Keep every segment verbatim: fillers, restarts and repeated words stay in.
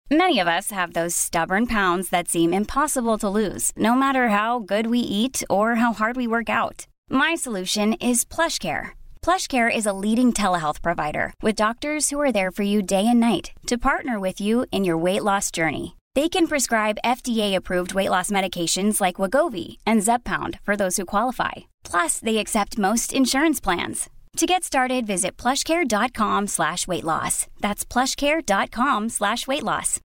Many of us have those stubborn pounds that seem impossible to lose, no matter how good we eat or how hard we work out. My solution is PlushCare. PlushCare is a leading telehealth provider with doctors who are there for you day and night to partner with you in your weight loss journey. They can prescribe F D A-approved weight loss medications like Wegovy and Zepbound for those who qualify. Plus, they accept most insurance plans. To get started, visit plushcare.com slash weight loss. That's plushcare.com slash weight loss.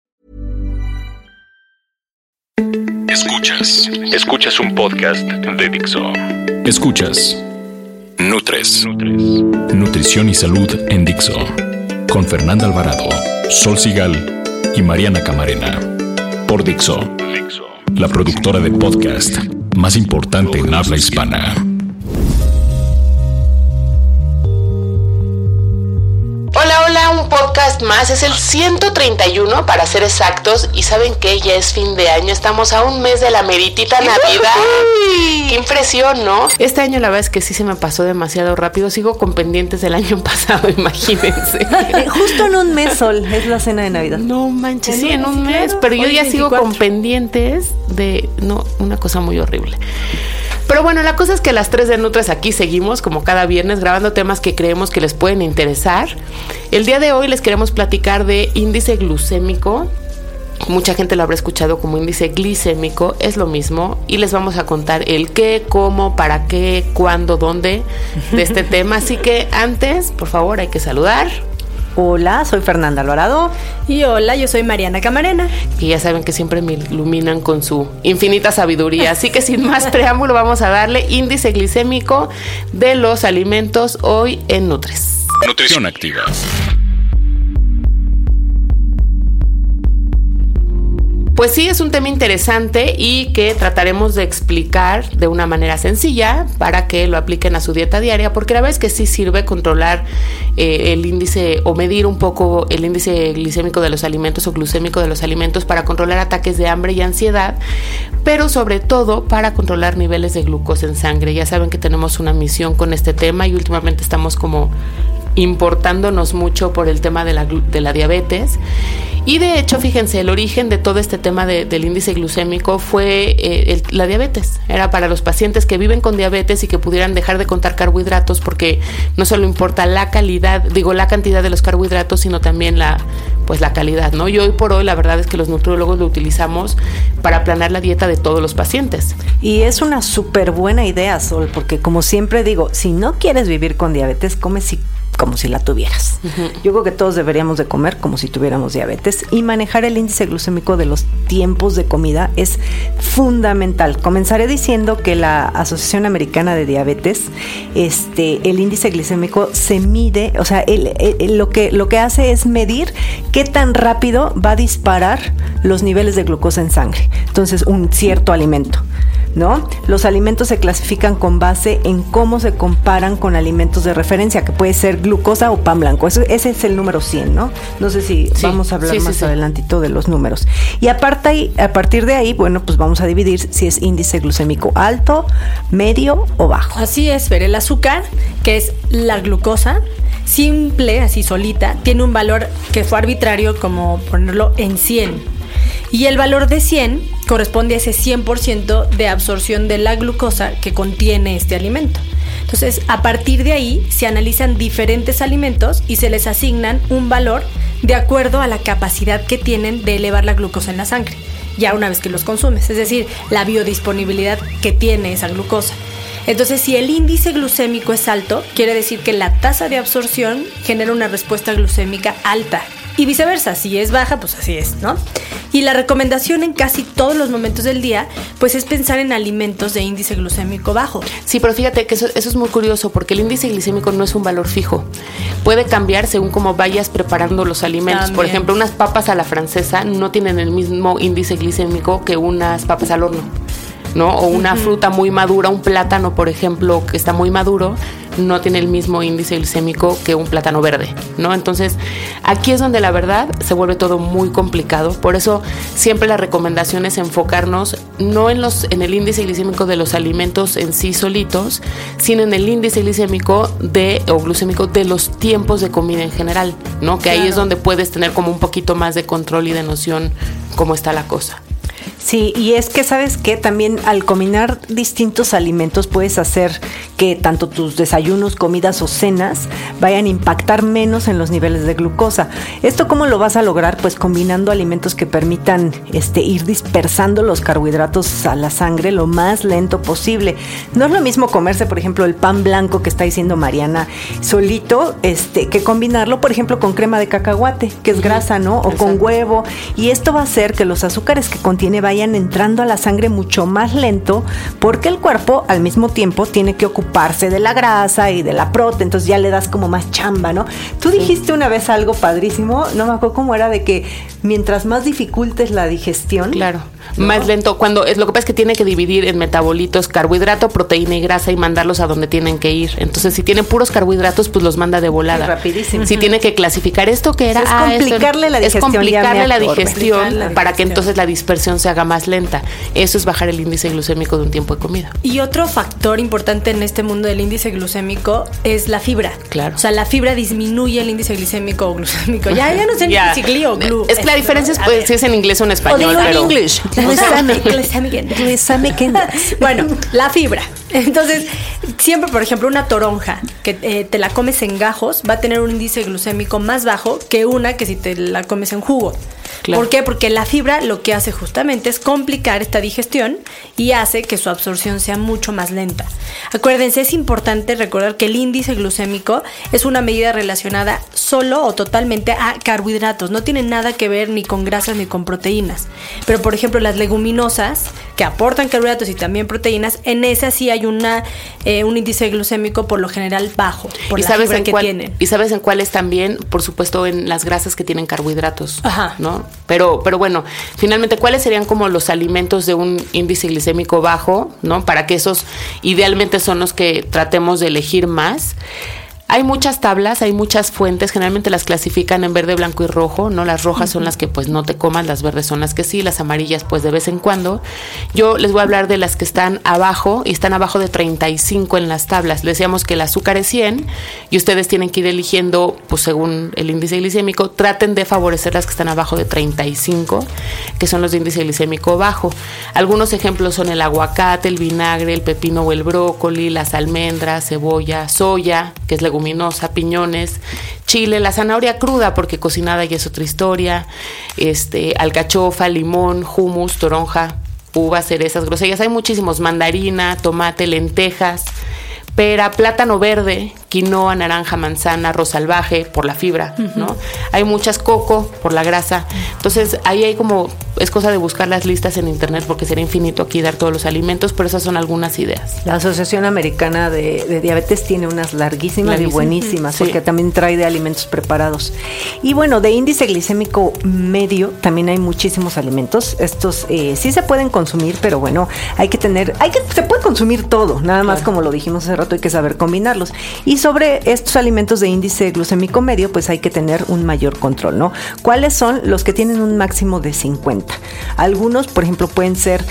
Escuchas. Escuchas un podcast de Dixo. Escuchas Nutres. Nutrición y salud en Dixo. Con Fernanda Alvarado, Sol Sigal y Mariana Camarena. Por Dixo, la productora de podcast más importante en habla hispana. Hola, hola, un podcast más, es el ciento treinta y uno para ser exactos, y ¿saben qué? Ya es fin de año, estamos a un mes de la meritita Navidad. ¡Qué impresión!, ¿no? Este año la verdad es que sí se me pasó demasiado rápido, sigo con pendientes del año pasado, imagínense. Justo en un mes, Sol, es la cena de Navidad. No manches, sí, en un mes, pero yo ya sigo con pendientes de, no, una cosa muy horrible. Pero bueno, la cosa es que a las tres de Nutres aquí seguimos, como cada viernes, grabando temas que creemos que les pueden interesar. El día de hoy les queremos platicar de índice glucémico. Mucha gente lo habrá escuchado como índice glicémico, es lo mismo. Y les vamos a contar el qué, cómo, para qué, cuándo, dónde de este tema. Así que antes, por favor, hay que saludar. Hola, soy Fernanda Alvarado. Y hola, yo soy Mariana Camarena. Y ya saben que siempre me iluminan con su infinita sabiduría. Así que sin más preámbulo, vamos a darle índice glicémico de los alimentos hoy en Nutres. Nutrición activa. Pues sí, es un tema interesante y que trataremos de explicar de una manera sencilla para que lo apliquen a su dieta diaria, porque la verdad es que sí sirve controlar eh, el índice o medir un poco el índice glicémico de los alimentos o glucémico de los alimentos para controlar ataques de hambre y ansiedad, pero sobre todo para controlar niveles de glucosa en sangre. Ya saben que tenemos una misión con este tema y últimamente estamos como importándonos mucho por el tema de la, de la diabetes. Y de hecho, fíjense, el origen de todo este tema de, del índice glucémico fue eh, el, la diabetes. Era para los pacientes que viven con diabetes y que pudieran dejar de contar carbohidratos, porque no solo importa la calidad, digo, la cantidad de los carbohidratos, sino también la, pues la calidad, ¿no? Y hoy por hoy la verdad es que los nutriólogos lo utilizamos para planear la dieta de todos los pacientes. Y es una súper buena idea, Sol, porque como siempre digo, si no quieres vivir con diabetes, come si como si la tuvieras. Uh-huh. Yo creo que todos deberíamos de comer como si tuviéramos diabetes, y manejar el índice glucémico de los tiempos de comida es fundamental. Comenzaré diciendo que la Asociación Americana de Diabetes, este, el índice glicémico se mide, o sea, el, el, lo que lo que hace es medir qué tan rápido va a disparar los niveles de glucosa en sangre. Entonces, un cierto alimento, ¿no? Los alimentos se clasifican con base en cómo se comparan con alimentos de referencia, que puede ser glucosa o pan blanco. Eso, ese es el número cien, ¿no? No sé si sí, vamos a hablar sí, más sí, adelantito sí. de los números. Y aparte, a partir de ahí, bueno, pues vamos a dividir si es índice glucémico alto, medio o bajo. Así es, Fer. El azúcar, que es la glucosa, simple, así solita, tiene un valor que fue arbitrario, como ponerlo en cien. Y el valor de cien corresponde a ese cien por ciento de absorción de la glucosa que contiene este alimento. Entonces, a partir de ahí, se analizan diferentes alimentos y se les asignan un valor de acuerdo a la capacidad que tienen de elevar la glucosa en la sangre, ya una vez que los consumes, es decir, la biodisponibilidad que tiene esa glucosa. Entonces, si el índice glucémico es alto, quiere decir que la tasa de absorción genera una respuesta glucémica alta. Y viceversa, si es baja, pues así es, ¿no? Y la recomendación en casi todos los momentos del día, pues es pensar en alimentos de índice glucémico bajo. Sí, pero fíjate que eso, eso es muy curioso, porque el índice glicémico no es un valor fijo. Puede cambiar según cómo vayas preparando los alimentos. También. Por ejemplo, unas papas a la francesa no tienen el mismo índice glicémico que unas papas al horno, ¿no? O una uh-huh. fruta muy madura, un plátano, por ejemplo, que está muy maduro, no tiene el mismo índice glicémico que un plátano verde, ¿no? Entonces, aquí es donde la verdad se vuelve todo muy complicado. Por eso siempre la recomendación es enfocarnos no en los en el índice glicémico de los alimentos en sí solitos, sino en el índice glicémico de o glucémico de los tiempos de comida en general, ¿no? Que claro. Ahí es donde puedes tener como un poquito más de control y de noción cómo está la cosa. Sí, y es que sabes que también al combinar distintos alimentos puedes hacer que tanto tus desayunos, comidas o cenas vayan a impactar menos en los niveles de glucosa. ¿Esto cómo lo vas a lograr? Pues combinando alimentos que permitan este, ir dispersando los carbohidratos a la sangre lo más lento posible. No es lo mismo comerse, por ejemplo, el pan blanco que está diciendo Mariana solito, este, que combinarlo, por ejemplo, con crema de cacahuate, que es grasa, ¿no? O Exacto. con huevo. Y esto va a hacer que los azúcares que contiene vayan entrando a la sangre mucho más lento, porque el cuerpo al mismo tiempo tiene que ocuparse de la grasa y de la proteína, entonces ya le das como más chamba, ¿no? Tú sí. dijiste una vez algo padrísimo, no me acuerdo cómo era, de que mientras más dificultes la digestión, claro, ¿no? Más lento, cuando es lo que pasa es que tiene que dividir en metabolitos carbohidrato, proteína y grasa y mandarlos a donde tienen que ir. Entonces, si tiene puros carbohidratos, pues los manda de volada. Sí, rapidísimo. Si uh-huh. tiene que clasificar esto que era, es ah, complicarle esto, la digestión, es complicarle la digestión, digestión para que entonces la dispersión se haga más lenta. Eso es bajar el índice glucémico de un tiempo de comida. Y otro factor importante en este mundo del índice glucémico es la fibra. Claro. O sea, la fibra disminuye el índice glicémico o glucémico. Ya, ya no sé yeah. si gli o glu. Es que la diferencia es pues, si es en inglés o en español. O digo pero... en English. Glycemic index. Bueno, la fibra. Entonces, siempre, por ejemplo, una toronja que eh, te la comes en gajos va a tener un índice glucémico más bajo que una que si te la comes en jugo. Claro. ¿Por qué? Porque la fibra lo que hace justamente es complicar esta digestión y hace que su absorción sea mucho más lenta. Acuérdense, es importante recordar que el índice glucémico es una medida relacionada solo o totalmente a carbohidratos. No tiene nada que ver ni con grasas ni con proteínas. Pero, por ejemplo, las leguminosas que aportan carbohidratos y también proteínas, en esas sí hay una eh, un índice glucémico por lo general bajo, por ¿Y la sabes fibra en que cuál, tienen. Y sabes en cuáles también, por supuesto, en las grasas que tienen carbohidratos. Ajá. ¿No? Pero, pero bueno, finalmente, ¿cuáles serían como los alimentos de un índice glicémico bajo, ¿no? Para que esos idealmente son los que tratemos de elegir más. Hay muchas tablas, hay muchas fuentes, generalmente las clasifican en verde, blanco y rojo, ¿no? Las rojas uh-huh. son las que pues no te comas, las verdes son las que sí, las amarillas pues de vez en cuando. Yo les voy a hablar de las que están abajo y están abajo de treinta y cinco en las tablas. Les decíamos que el azúcar es cien y ustedes tienen que ir eligiendo pues según el índice glicémico, traten de favorecer las que están abajo de treinta y cinco, que son los de índice glicémico bajo. Algunos ejemplos son el aguacate, el vinagre, el pepino o el brócoli, las almendras, cebolla, soya, que es leguminosa, piñones, chile, la zanahoria cruda porque cocinada ya es otra historia, este, alcachofa, limón, hummus, toronja, uvas, cerezas, grosellas, hay muchísimos, mandarina, tomate, lentejas, pera, plátano verde, quinoa, naranja, manzana, arroz salvaje por la fibra, uh-huh. ¿no? Hay muchas, coco por la grasa. Entonces, ahí hay como, es cosa de buscar las listas en internet porque sería infinito aquí dar todos los alimentos, pero esas son algunas ideas. La Asociación Americana de, de Diabetes tiene unas larguísimas Larguísima. y buenísimas, sí. porque también trae de alimentos preparados. Y bueno, de índice glicémico medio también hay muchísimos alimentos. Estos eh, sí se pueden consumir, pero bueno, hay que tener, hay que, se puede consumir todo, nada más claro. como lo dijimos hace rato, hay que saber combinarlos. Y sobre estos alimentos de índice glucémico medio, pues hay que tener un mayor control, ¿no? ¿Cuáles son los que tienen un máximo de cincuenta? Algunos, por ejemplo, pueden ser...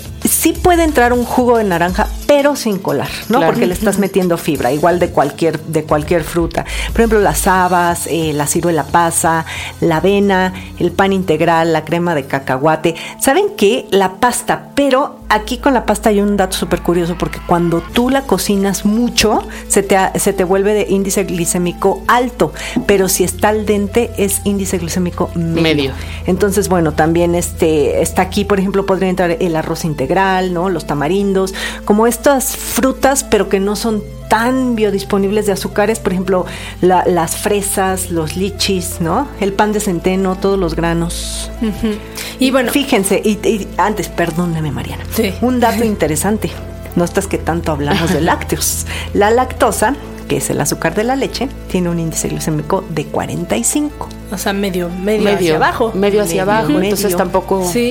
Sí puede entrar un jugo de naranja, pero sin colar, ¿no? Claro. Porque le estás metiendo fibra, igual de cualquier de cualquier fruta. Por ejemplo, las habas, eh, la ciruela pasa, la avena, el pan integral, la crema de cacahuate. ¿Saben qué? La pasta, pero aquí con la pasta hay un dato súper curioso, porque cuando tú la cocinas mucho, se te, se te vuelve de índice glicémico alto, pero si está al dente, es índice glicémico medio. medio. Entonces, bueno, también este está aquí, por ejemplo, podría entrar el arroz integral, ¿no? Los tamarindos, como estas frutas, pero que no son tan biodisponibles de azúcares, por ejemplo, la, las fresas, los lichis, ¿no? El pan de centeno, todos los granos. Uh-huh. Y bueno, fíjense, y, y antes, perdóname, Mariana, sí. un dato interesante, no estás que tanto hablamos de lácteos. La lactosa, que es el azúcar de la leche, tiene un índice glicémico de cuarenta y cinco. O sea, medio, medio, medio hacia abajo. Medio hacia medio, abajo, medio. Entonces tampoco... Sí,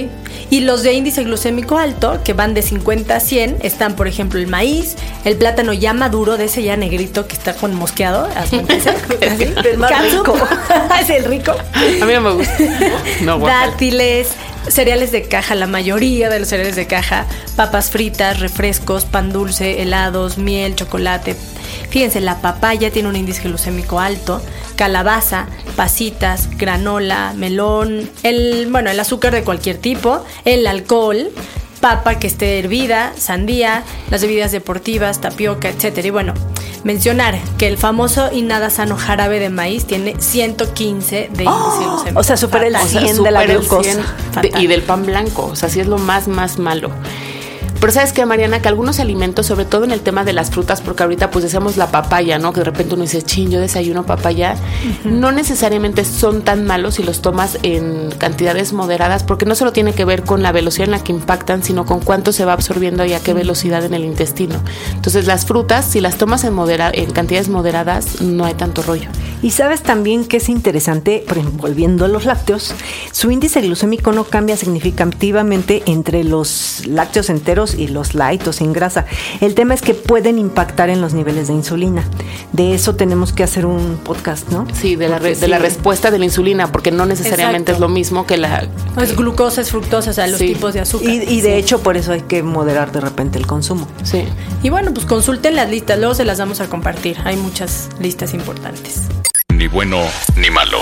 Y los de índice glucémico alto, que van de cincuenta a cien, están, por ejemplo, el maíz, el plátano ya maduro, de ese ya negrito que está con mosqueado. Así, el más rico. Es el rico. A mí no me gusta. No, dátiles, cereales de caja, la mayoría de los cereales de caja, papas fritas, refrescos, pan dulce, helados, miel, chocolate. Fíjense, la papaya tiene un índice glucémico alto, calabaza, pasitas, granola, melón, el, bueno, el azúcar de cualquier tipo, el alcohol, papa que esté hervida, sandía, las bebidas deportivas, tapioca, etcétera. Y bueno, mencionar que el famoso y nada sano jarabe de maíz tiene ciento quince de índice oh, glucémico. O sea, supera el o sea, cien de la glucosa. De, y del pan blanco, o sea, sí es lo más, más malo. Pero ¿sabes qué, Mariana? Que algunos alimentos, sobre todo en el tema de las frutas, porque ahorita pues decíamos la papaya, ¿no? Que de repente uno dice, chin, yo desayuno papaya. Uh-huh. No necesariamente son tan malos si los tomas en cantidades moderadas, porque no solo tiene que ver con la velocidad en la que impactan, sino con cuánto se va absorbiendo y a qué velocidad en el intestino. Entonces las frutas, si las tomas en, modera- en cantidades moderadas, no hay tanto rollo. Y sabes también que es interesante, por ejemplo, volviendo a los lácteos, su índice glucémico no cambia significativamente entre los lácteos enteros y los light o sin grasa. El tema es que pueden impactar en los niveles de insulina. De eso tenemos que hacer un podcast, ¿no? Sí, de la, re, sí. de la respuesta de la insulina, porque no necesariamente Exacto. es lo mismo que la... No es glucosa, es fructosa, o sea, los sí. tipos de azúcar. Y, y de sí. hecho, por eso hay que moderar de repente el consumo. Sí. Y bueno, pues consulten las listas, luego se las vamos a compartir. Hay muchas listas importantes. Ni bueno ni malo.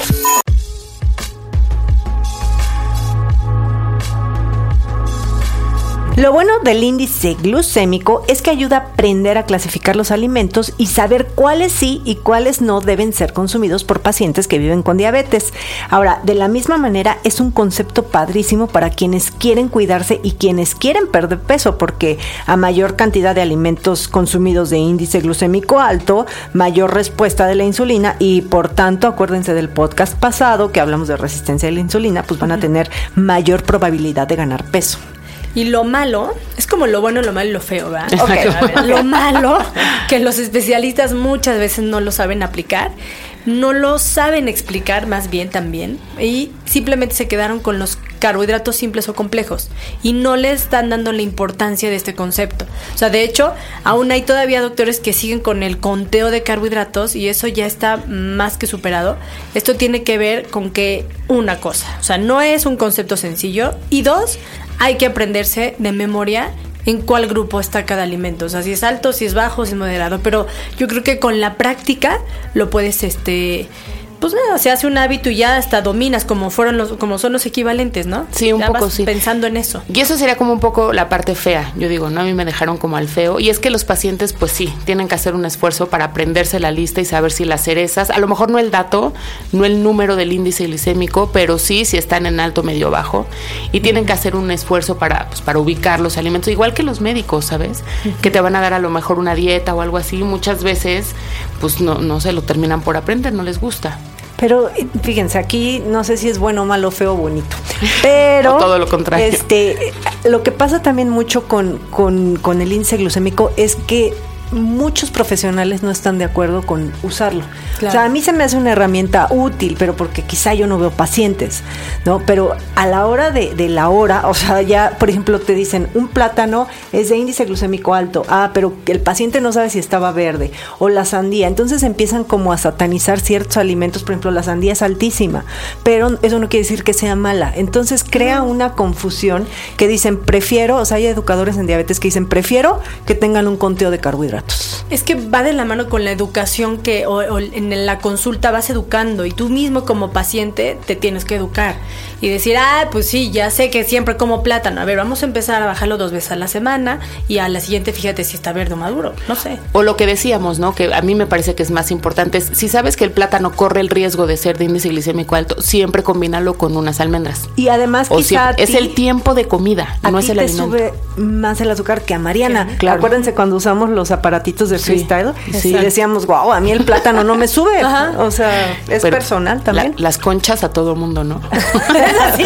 Lo bueno del índice glucémico es que ayuda a aprender a clasificar los alimentos y saber cuáles sí y cuáles no deben ser consumidos por pacientes que viven con diabetes. Ahora, de la misma manera, es un concepto padrísimo para quienes quieren cuidarse y quienes quieren perder peso, porque a mayor cantidad de alimentos consumidos de índice glucémico alto, mayor respuesta de la insulina y, por tanto, acuérdense del podcast pasado que hablamos de resistencia a la insulina, pues van a tener mayor probabilidad de ganar peso. Y lo malo, es como lo bueno, lo malo y lo feo, ¿verdad? Okay, a ver, lo malo, que los especialistas muchas veces no lo saben aplicar, no lo saben explicar más bien también, y simplemente se quedaron con los carbohidratos simples o complejos, y no le están dando la importancia de este concepto. O sea, de hecho, aún hay todavía doctores que siguen con el conteo de carbohidratos, y eso ya está más que superado. Esto tiene que ver con que, una cosa, o sea, no es un concepto sencillo, y dos, hay que aprenderse de memoria en cuál grupo está cada alimento. O sea, si es alto, si es bajo, si es moderado. Pero yo creo que con la práctica lo puedes, este... pues nada, se hace un hábito y ya hasta dominas como fueron los, como son los equivalentes, ¿no? Sí, un ya poco vas sí. pensando en eso. Y eso sería como un poco la parte fea, yo digo, ¿no? A mí me dejaron como al feo. Y es que los pacientes, pues sí, tienen que hacer un esfuerzo para aprenderse la lista y saber si las cerezas, a lo mejor no el dato, no el número del índice glicémico, pero sí si están en alto, medio, bajo. Y tienen que hacer un esfuerzo para, pues, para ubicar los alimentos, igual que los médicos, ¿sabes? Uh-huh. Que te van a dar a lo mejor una dieta o algo así. Muchas veces, pues no, no se lo terminan por aprender, no les gusta. Pero fíjense, aquí no sé si es bueno, malo, feo o bonito, pero o todo lo contrario. Este, lo que pasa también mucho con, con, con el índice glucémico es que muchos profesionales no están de acuerdo con usarlo. Claro. O sea, a mí se me hace una herramienta útil, pero porque quizá yo no veo pacientes, ¿no? Pero a la hora de, de la hora, o sea, ya, por ejemplo, te dicen, un plátano es de índice glucémico alto. Ah, pero el paciente no sabe si estaba verde. O la sandía. Entonces empiezan como a satanizar ciertos alimentos. Por ejemplo, la sandía es altísima, pero eso no quiere decir que sea mala. Entonces crea una confusión que dicen, prefiero, o sea, hay educadores en diabetes que dicen, prefiero que tengan un conteo de carbohidratos. Es que va de la mano con la educación que o, o en la consulta vas educando y tú mismo como paciente te tienes que educar y decir, ah, pues sí, ya sé que siempre como plátano. A ver, vamos a empezar a bajarlo dos veces a la semana y a la siguiente fíjate si está verde o maduro, no sé. O lo que decíamos, ¿no? Que a mí me parece que es más importante es, si sabes que el plátano corre el riesgo de ser de índice glicémico alto, siempre combínalo con unas almendras. Y además o quizá siempre, es el tiempo de comida, no es el alimento. A ti te sube más el azúcar que a Mariana. Sí, claro. Acuérdense cuando usamos los aparatitos de freestyle, sí, sí, decíamos, wow, a mí el plátano no me sube. Ajá. O sea, es pero personal también. La, las conchas a todo mundo, ¿no? ¿Sí?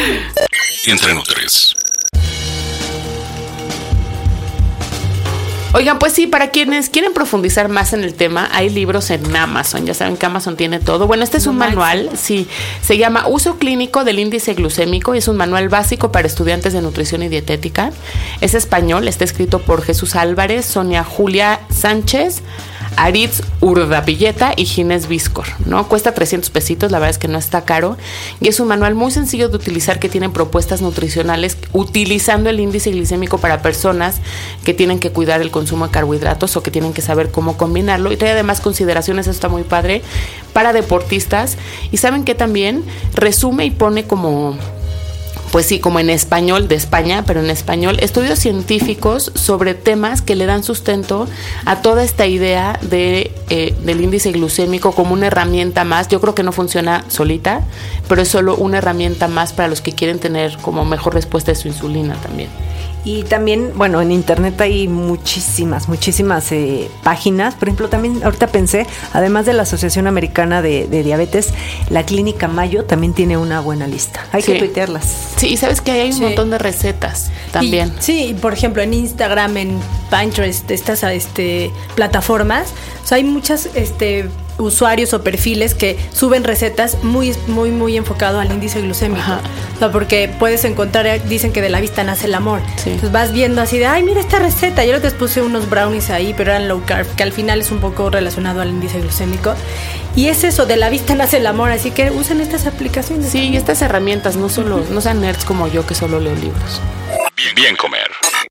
Entre Nutres. Oigan, pues sí, para quienes quieren profundizar más en el tema, hay libros en Amazon. Ya saben que Amazon tiene todo. Bueno, este es un manual, sí, se llama Uso Clínico del Índice Glucémico y es un manual básico para estudiantes de nutrición y dietética. Es español, está escrito por Jesús Álvarez, Sonia Julia Sánchez, Aritz Urdapilleta y Ginés Víscor, ¿no? Cuesta trescientos pesitos, la verdad es que no está caro. Y es un manual muy sencillo de utilizar que tiene propuestas nutricionales utilizando el índice glicémico para personas que tienen que cuidar el consumo de carbohidratos o que tienen que saber cómo combinarlo. Y trae además consideraciones, eso está muy padre, para deportistas. Y saben que también resume y pone como... pues sí, como en español de España, pero en español, estudios científicos sobre temas que le dan sustento a toda esta idea de, eh, del índice glucémico como una herramienta más. Yo creo que no funciona solita, pero es solo una herramienta más para los que quieren tener como mejor respuesta de su insulina también. Y también, bueno, en internet hay muchísimas, muchísimas eh, páginas. Por ejemplo, también ahorita pensé, además de la Asociación Americana de, de Diabetes, la Clínica Mayo también tiene una buena lista. Hay sí. que tuitearlas. Sí, y sabes que hay un sí. montón de recetas también. Y, sí, por ejemplo, en Instagram, en Pinterest, estas este, plataformas, o sea, hay muchas... este usuarios o perfiles que suben recetas muy muy muy enfocado al índice glucémico. Ajá. O sea, porque puedes encontrar, dicen que de la vista nace el amor. Sí. Entonces vas viendo así de, ay, mira esta receta. Yo les puse unos brownies ahí, pero eran low carb, que al final es un poco relacionado al índice glucémico. Y es eso, de la vista nace el amor, así que usen estas aplicaciones. Sí, y estas herramientas, no solo, no sean nerds como yo que solo leo libros. Bien, bien comer.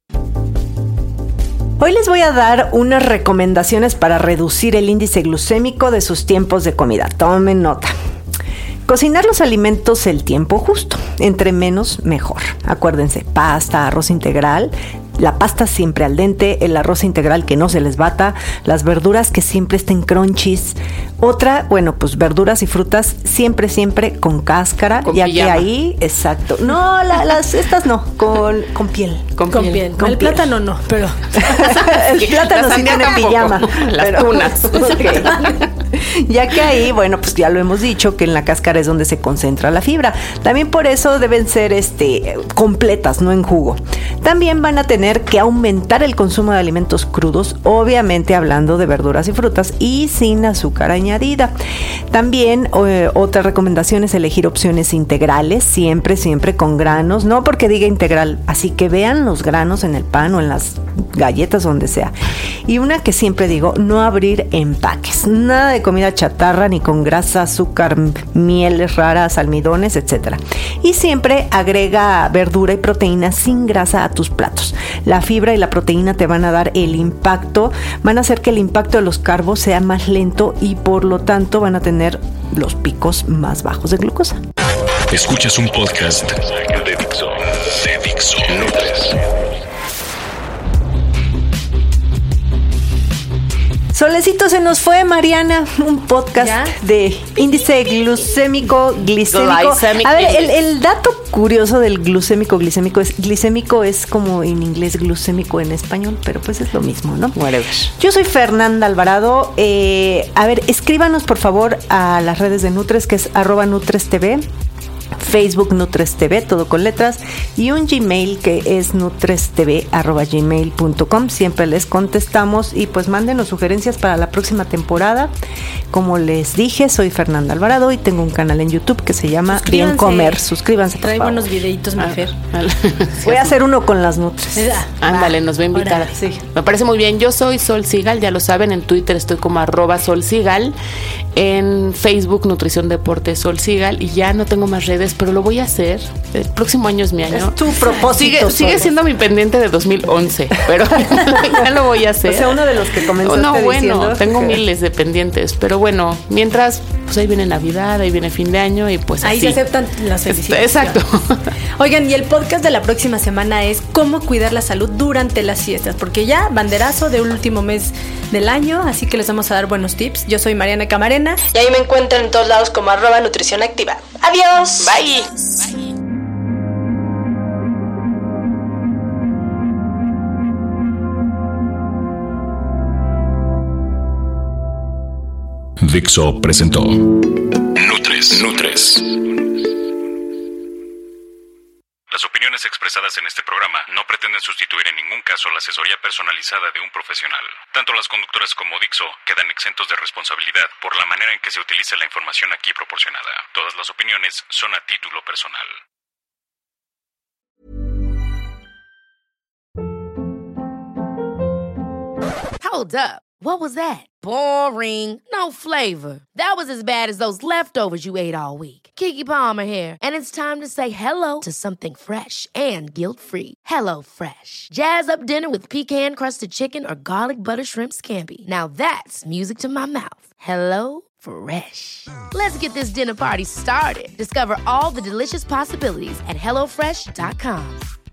Hoy les voy a dar unas recomendaciones para reducir el índice glucémico de sus tiempos de comida. Tomen nota. Cocinar los alimentos el tiempo justo, entre menos mejor. Acuérdense, pasta, arroz integral, la pasta siempre al dente, el arroz integral que no se les bata, las verduras que siempre estén crunchies. Otra, bueno, pues verduras y frutas siempre, siempre con cáscara, con ya pijama. Que ahí, exacto. No, la, las estas no, con, con piel. Con, con piel. piel. Con el piel. Plátano no, pero... el plátano sí tiene tampoco. Pijama. Las pero, tunas. Okay. Ya que ahí, bueno, pues ya lo hemos dicho, que en la cáscara es donde se concentra la fibra. También por eso deben ser este, completas, no en jugo. También van a tener que aumentar el consumo de alimentos crudos, obviamente hablando de verduras y frutas y sin azúcar añadida. También eh, otra recomendación es elegir opciones integrales, siempre, siempre con granos, no porque diga integral, así que vean los granos en el pan o en las galletas, donde sea. Y una que siempre digo, no abrir empaques, nada de comida chatarra ni con grasa, azúcar, mieles raras, almidones, etcétera. Y siempre agrega verdura y proteína sin grasa a tus platos. La fibra y la proteína te van a dar el impacto, van a hacer que el impacto de los carbos sea más lento y por lo tanto van a tener los picos más bajos de glucosa. Escuchas un podcast de Dixo. De Dixo. Nutres. Solecito, se nos fue, Mariana, un podcast ¿Ya? de índice glucémico, glicémico. A ver, el, el dato curioso del glucémico, glicémico es, glicémico es como en inglés glucémico en español, pero pues es lo mismo, ¿no? Whatever. Yo soy Fernanda Alvarado. Eh, a ver, escríbanos por favor a las redes de Nutres, que es arroba Nutres T V. Facebook Nutres T V, todo con letras, y un Gmail que es nutrestv arroba gmail punto com. Siempre les contestamos y pues mándenos sugerencias para la próxima temporada. Como les dije, soy Fernanda Alvarado y tengo un canal en YouTube que se llama Bien Comer. Suscríbanse, por Trae favor. buenos videitos, mi Ah, Fer. Voy a hacer uno con las Nutres. Ándale, nos va a invitar. Ahora, sí. Me parece muy bien. Yo soy Sol Sigal, ya lo saben, en Twitter estoy como arroba Sol Sigal, en Facebook Nutrición Deporte Sol Sigal, y ya no tengo más redes, pero lo voy a hacer. El próximo año es mi año. Es tu propósito. Sigue, sigue siendo mi pendiente de dos mil once, pero ya lo voy a hacer. O sea, uno de los que comenzaste No, bueno, diciendo tengo que... miles de pendientes, pero bueno, mientras, pues ahí viene Navidad, ahí viene fin de año y pues ahí así. se aceptan las felicitaciones. Exacto. Oigan, y el podcast de la próxima semana es cómo cuidar la salud durante las fiestas, porque ya banderazo de un último mes del año, así que les vamos a dar buenos tips. Yo soy Mariana Camarena y ahí me encuentran en todos lados como arroba nutrición activa. Adiós. Bye. Dixo presentó Nutres. Nutres. Las opiniones opiniones expresadas en este programa no pretenden sustituir en ningún caso la asesoría personalizada de un profesional. Tanto las conductoras como Dixo quedan exentos de responsabilidad por la manera en que se utilice la información aquí proporcionada. Todas las opiniones son a título personal. Hold up. What was that? Boring. No flavor. That was as bad as those leftovers you ate all week. Keke Palmer here, and it's time to say hello to something fresh and guilt-free. Hello Fresh. Jazz up dinner with pecan-crusted chicken or garlic butter shrimp scampi. Now that's music to my mouth. Hello Fresh. Let's get this dinner party started. Discover all the delicious possibilities at hello fresh dot com.